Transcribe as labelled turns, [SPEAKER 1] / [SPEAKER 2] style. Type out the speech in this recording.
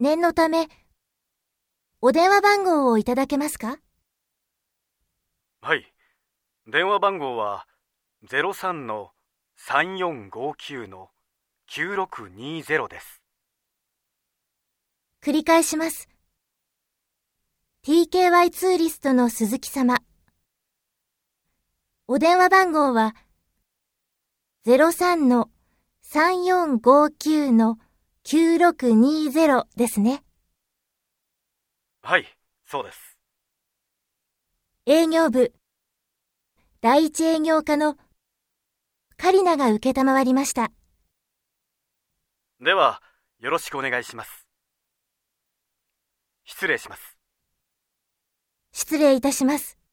[SPEAKER 1] 念のため、お電話番号をいただけますか？
[SPEAKER 2] はい。電話番号は03-3459-9620です。
[SPEAKER 1] 繰り返します。TKY ツーリストの鈴木様。お電話番号は03-3459-9620ですね。
[SPEAKER 2] はい、そうです。
[SPEAKER 1] 営業部、第一営業課のカリナが承りました。
[SPEAKER 2] では、よろしくお願いします。失礼します。
[SPEAKER 1] 失礼いたします。